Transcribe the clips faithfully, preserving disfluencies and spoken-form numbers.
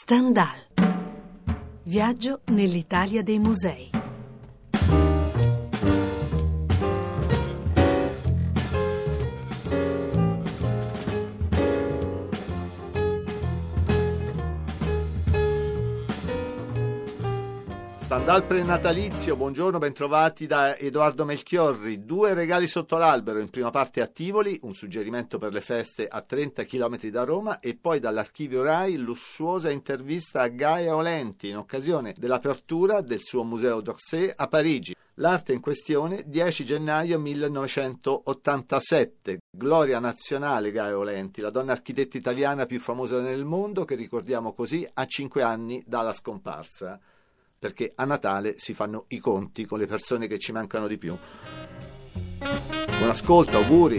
Stendhal. Viaggio nell'Italia dei musei. Stendhal prenatalizio, buongiorno, bentrovati da Edoardo Melchiorri. Due regali sotto l'albero, in prima parte a Tivoli, un suggerimento per le feste a trenta chilometri da Roma, e poi dall'archivio Rai lussuosa intervista a Gaia Olenti in occasione dell'apertura del suo museo d'Orsay a Parigi. L'arte in questione, dieci gennaio millenovecentottantasette. Gloria nazionale Gaia Olenti, la donna architetta italiana più famosa nel mondo, che ricordiamo così a cinque anni dalla scomparsa. Perché a Natale si fanno i conti con le persone che ci mancano di più. Buon ascolto, auguri!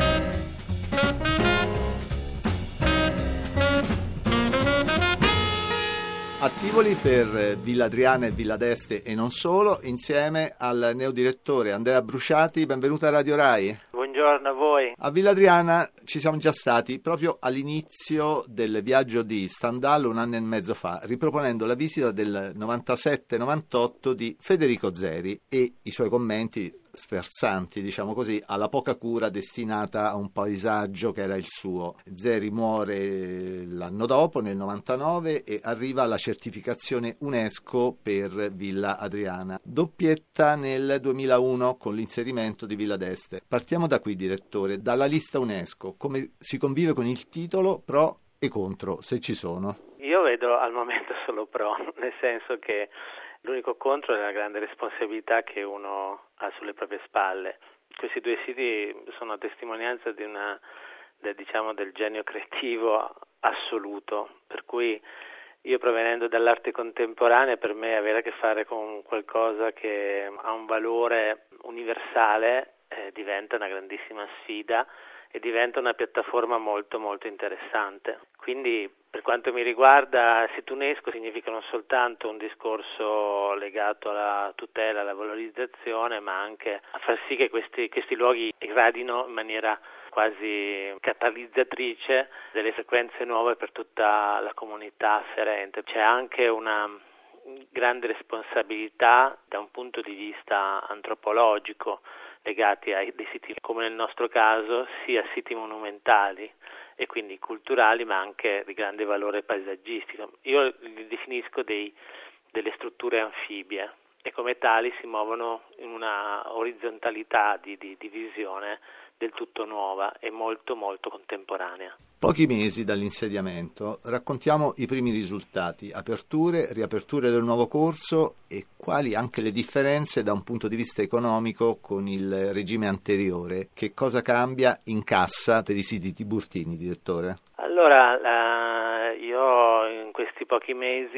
A Tivoli per Villa Adriana e Villa d'Este e non solo, insieme al neodirettore Andrea Bruciati. Benvenuto a Radio Rai. Buongiorno a voi. A Villa Adriana ci siamo già stati proprio all'inizio del viaggio di Stendhal un anno e mezzo fa, riproponendo la visita del novantasette novantotto di Federico Zeri e i suoi commenti sferzanti, diciamo così, alla poca cura destinata a un paesaggio che era il suo. Zeri muore l'anno dopo, nel novantanove, e arriva la certificazione UNESCO per Villa Adriana. Doppietta nel duemilauno con l'inserimento di Villa d'Este. Partiamo da qui, direttore, dalla lista UNESCO. Come si convive con il titolo, pro e contro, se ci sono? Io vedo al momento solo pro, nel senso che l'unico contro è la grande responsabilità che uno ha sulle proprie spalle. Questi due siti sono testimonianza di una, del, diciamo, del genio creativo assoluto, per cui io, provenendo dall'arte contemporanea, per me avere a che fare con qualcosa che ha un valore universale eh, diventa una grandissima sfida e diventa una piattaforma molto molto interessante. Quindi, per quanto mi riguarda, sito UNESCO significa non soltanto un discorso legato alla tutela, alla valorizzazione, ma anche a far sì che questi, questi luoghi irradino in maniera quasi catalizzatrice delle frequenze nuove per tutta la comunità afferente. C'è anche una grande responsabilità da un punto di vista antropologico legati a dei siti, come nel nostro caso, sia siti monumentali e quindi culturali, ma anche di grande valore paesaggistico. Io li definisco dei, delle strutture anfibie e come tali si muovono in una orizzontalità di, di, di visione del tutto nuova e molto molto contemporanea. Pochi mesi dall'insediamento, raccontiamo i primi risultati, aperture, riaperture del nuovo corso e quali anche le differenze da un punto di vista economico con il regime anteriore. Che cosa cambia in cassa per i siti tiburtini, direttore? Allora, la, io in questi pochi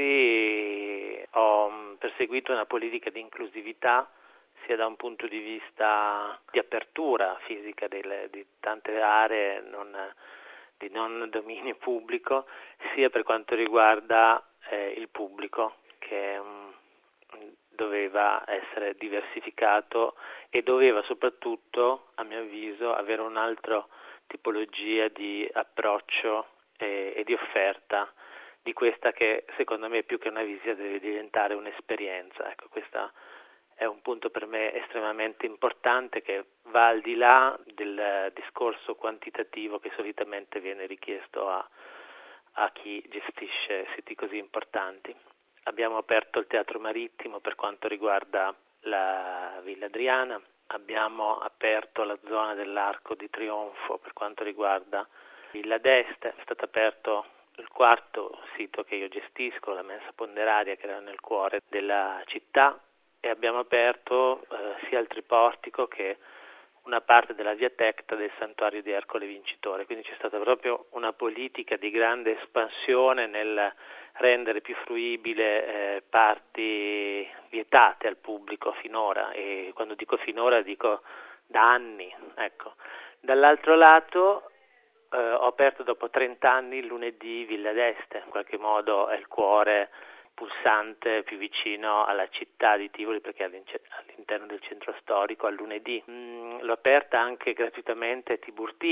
mesi ho perseguito una politica di inclusività sia da un punto di vista di apertura fisica delle, di tante aree non, di non dominio pubblico, sia per quanto riguarda eh, il pubblico, che mh, doveva essere diversificato e doveva soprattutto, a mio avviso, avere un'altra tipologia di approccio e, e di offerta di questa che, secondo me, più che una visita deve diventare un'esperienza. Ecco, questa è un punto per me estremamente importante che va al di là del discorso quantitativo che solitamente viene richiesto a, a chi gestisce siti così importanti. Abbiamo aperto il Teatro Marittimo per quanto riguarda la Villa Adriana, abbiamo aperto la zona dell'Arco di Trionfo per quanto riguarda Villa d'Este, è stato aperto il quarto sito che io gestisco, la Mensa Ponderaria, che era nel cuore della città, e abbiamo aperto eh, sia il triportico che una parte della via Tecta del santuario di Ercole Vincitore. Quindi c'è stata proprio una politica di grande espansione nel rendere più fruibile eh, parti vietate al pubblico finora, e quando dico finora dico da anni. Ecco. Dall'altro lato eh, ho aperto dopo trenta anni il lunedì Villa d'Este, in qualche modo è il cuore pulsante più vicino alla città di Tivoli, perché è all'interno del centro storico al lunedì. Mm, l'ho aperta anche gratuitamente ai Tiburtini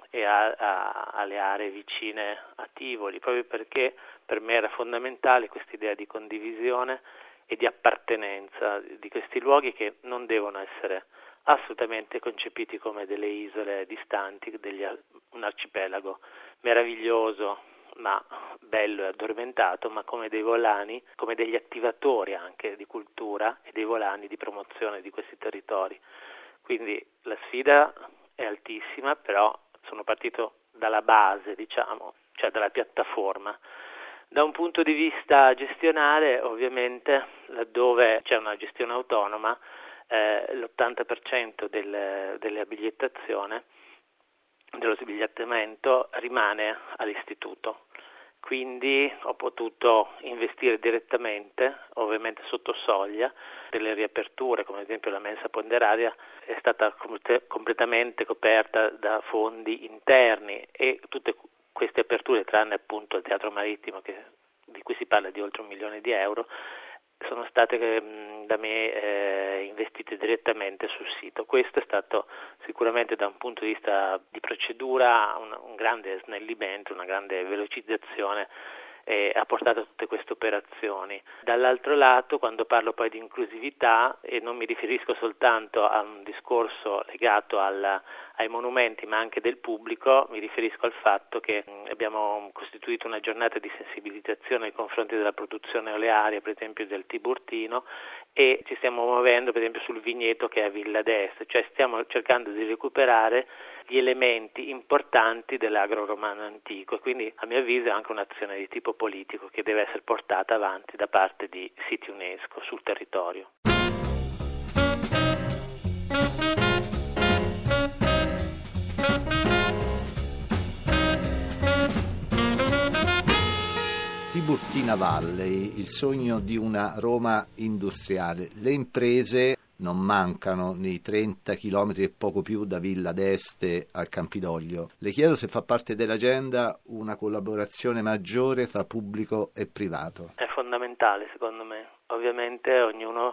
e a, a, alle aree vicine a Tivoli, proprio perché per me era fondamentale questa idea di condivisione e di appartenenza di questi luoghi, che non devono essere assolutamente concepiti come delle isole distanti, degli, un arcipelago meraviglioso ma bello e addormentato, ma come dei volani, come degli attivatori anche di cultura e dei volani di promozione di questi territori. Quindi la sfida è altissima, però sono partito dalla base, diciamo, cioè dalla piattaforma. Da un punto di vista gestionale, ovviamente, laddove c'è una gestione autonoma, eh, l'ottanta per cento del, delle abilitazione, dello sbigliettamento rimane all'istituto. Quindi ho potuto investire direttamente, ovviamente sotto soglia, delle riaperture, come ad esempio la mensa ponderaria è stata com- completamente coperta da fondi interni, e tutte queste aperture, tranne appunto il Teatro Marittimo, che, di cui si parla di oltre un milione di euro, sono state mh, da me eh, investite direttamente sul sito. Questo è stato sicuramente, da un punto di vista di procedura, un, un grande snellimento, una grande velocizzazione, e ha portato a tutte queste operazioni. Dall'altro lato, quando parlo poi di inclusività, e non mi riferisco soltanto a un discorso legato al, ai monumenti, ma anche del pubblico, mi riferisco al fatto che mh, abbiamo costituito una giornata di sensibilizzazione nei confronti della produzione olearia, per esempio del Tiburtino, e ci stiamo muovendo per esempio sul vigneto che è a Villa d'Este, cioè stiamo cercando di recuperare gli elementi importanti dell'agro romano antico, e quindi a mio avviso è anche un'azione di tipo politico che deve essere portata avanti da parte di siti UNESCO sul territorio. Tiburtina Valley, il sogno di una Roma industriale. Le imprese non mancano nei trenta chilometri e poco più da Villa d'Este al Campidoglio. Le chiedo se fa parte dell'agenda una collaborazione maggiore fra pubblico e privato. È fondamentale, secondo me. Ovviamente ognuno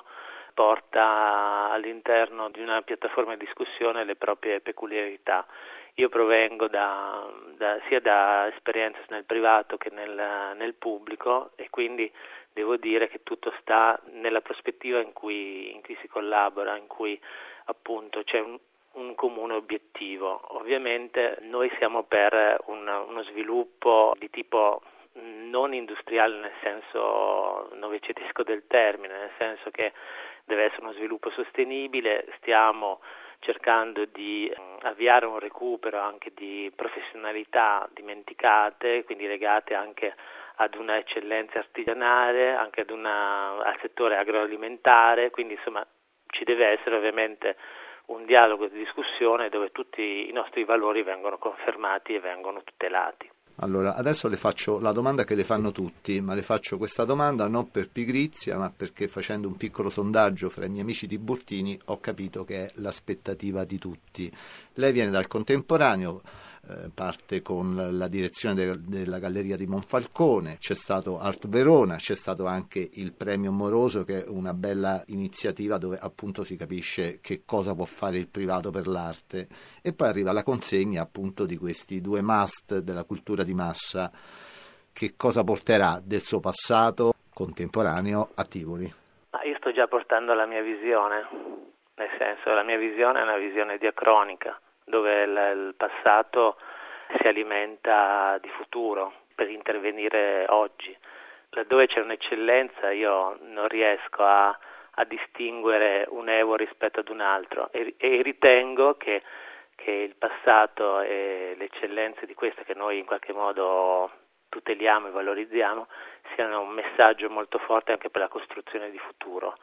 porta all'interno di una piattaforma di discussione le proprie peculiarità. Io provengo da, da, sia da esperienze nel privato che nel, nel pubblico, e quindi devo dire che tutto sta nella prospettiva in cui, in cui si collabora, in cui appunto c'è un, un comune obiettivo. Ovviamente noi siamo per un, uno sviluppo di tipo non industriale nel senso novecentesco del termine, nel senso che deve essere uno sviluppo sostenibile. Stiamo cercando di avviare un recupero anche di professionalità dimenticate, quindi legate anche ad una eccellenza artigianale, anche ad una, al settore agroalimentare, quindi insomma ci deve essere ovviamente un dialogo di discussione dove tutti i nostri valori vengono confermati e vengono tutelati. Allora, adesso le faccio la domanda che le fanno tutti, ma le faccio questa domanda non per pigrizia, ma perché, facendo un piccolo sondaggio fra i miei amici tiburtini, ho capito che è l'aspettativa di tutti. Lei viene dal contemporaneo, eh, parte con la direzione de- della Galleria di Monfalcone, c'è stato Art Verona, c'è stato anche il Premio Moroso, che è una bella iniziativa dove appunto si capisce che cosa può fare il privato per l'arte, e poi arriva la consegna appunto di questi due must della cultura di massa. Che cosa porterà del suo passato contemporaneo a Tivoli? Ma io sto già portando la mia visione, nel senso, la mia visione è una visione diacronica, dove il, il passato si alimenta di futuro per intervenire oggi. Laddove c'è un'eccellenza io non riesco a, a distinguere un evo rispetto ad un altro, e, e ritengo che, che il passato e le eccellenze di questa, che noi in qualche modo tuteliamo e valorizziamo, siano un messaggio molto forte anche per la costruzione di futuro.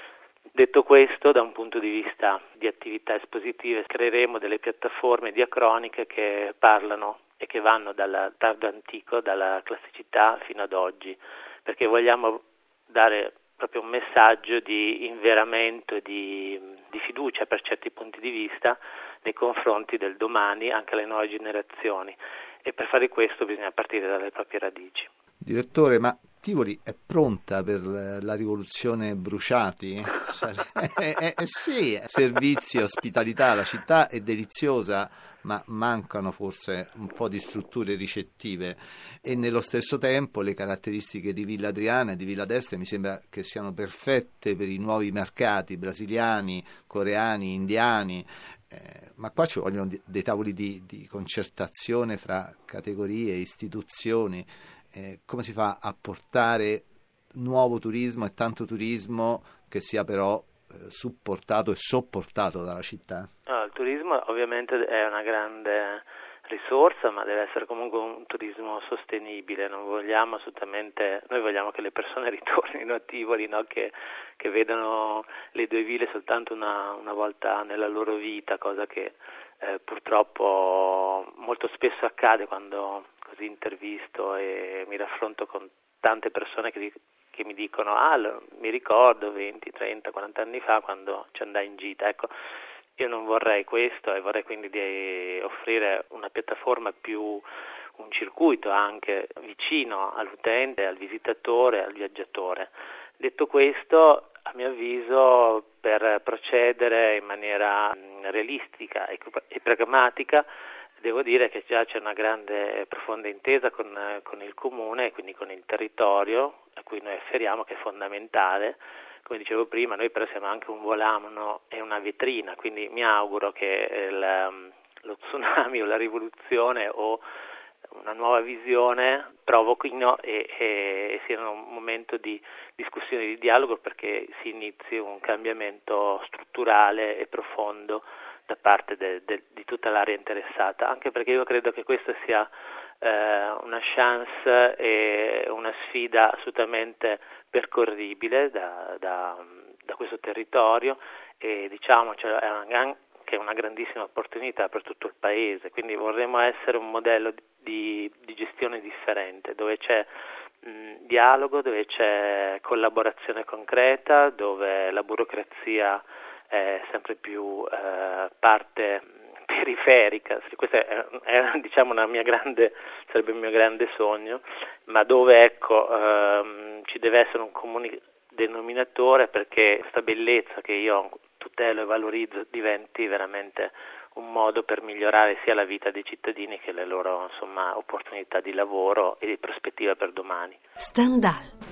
Detto questo, da un punto di vista di attività espositive, creeremo delle piattaforme diacroniche che parlano e che vanno dal tardo antico, dalla classicità fino ad oggi, perché vogliamo dare proprio un messaggio di inveramento e di, di fiducia per certi punti di vista nei confronti del domani, anche alle nuove generazioni, e per fare questo bisogna partire dalle proprie radici. Direttore, ma Tivoli è pronta per la rivoluzione Bruciati? eh, eh, eh, sì, servizi, ospitalità, la città è deliziosa, ma mancano forse un po' di strutture ricettive, e nello stesso tempo le caratteristiche di Villa Adriana e di Villa d'Este mi sembra che siano perfette per i nuovi mercati brasiliani, coreani, indiani, eh, ma qua ci vogliono dei tavoli di, di concertazione fra categorie, istituzioni. Eh, come si fa a portare nuovo turismo e tanto turismo che sia però eh, supportato e sopportato dalla città? No, il turismo ovviamente è una grande risorsa, ma deve essere comunque un turismo sostenibile. Non vogliamo assolutamente, noi vogliamo che le persone ritornino a Tivoli, no? che, che vedano le due ville soltanto una, una volta nella loro vita, cosa che eh, purtroppo molto spesso accade quando così intervisto e mi raffronto con tante persone che, che mi dicono ah, mi ricordo venti, trenta, quaranta anni fa quando ci andai in gita. Ecco, io non vorrei questo e vorrei quindi di offrire una piattaforma più, un circuito anche vicino all'utente, al visitatore, al viaggiatore. Detto questo, a mio avviso, per procedere in maniera realistica e pragmatica, devo dire che già c'è una grande e profonda intesa con, con il comune e quindi con il territorio a cui noi afferiamo, che è fondamentale. Come dicevo prima, noi però siamo anche un volano e una vetrina, quindi mi auguro che il, lo tsunami o la rivoluzione o una nuova visione provochino e, e siano un momento di discussione, di dialogo, perché si inizi un cambiamento strutturale e profondo da parte de, de, di tutta l'area interessata, anche perché io credo che questa sia eh, una chance e una sfida assolutamente percorribile da, da, da questo territorio, e diciamo cioè, è una, che è una grandissima opportunità per tutto il paese. Quindi vorremmo essere un modello di, di gestione differente, dove c'è mh, dialogo, dove c'è collaborazione concreta, dove la burocrazia è sempre più eh, parte periferica. Questa è, è diciamo una mia grande, sarebbe il mio grande sogno, ma dove ecco ehm, ci deve essere un comune denominatore, perché questa bellezza che io tutelo e valorizzo diventi veramente un modo per migliorare sia la vita dei cittadini che le loro insomma opportunità di lavoro e di prospettiva per domani. Stendhal.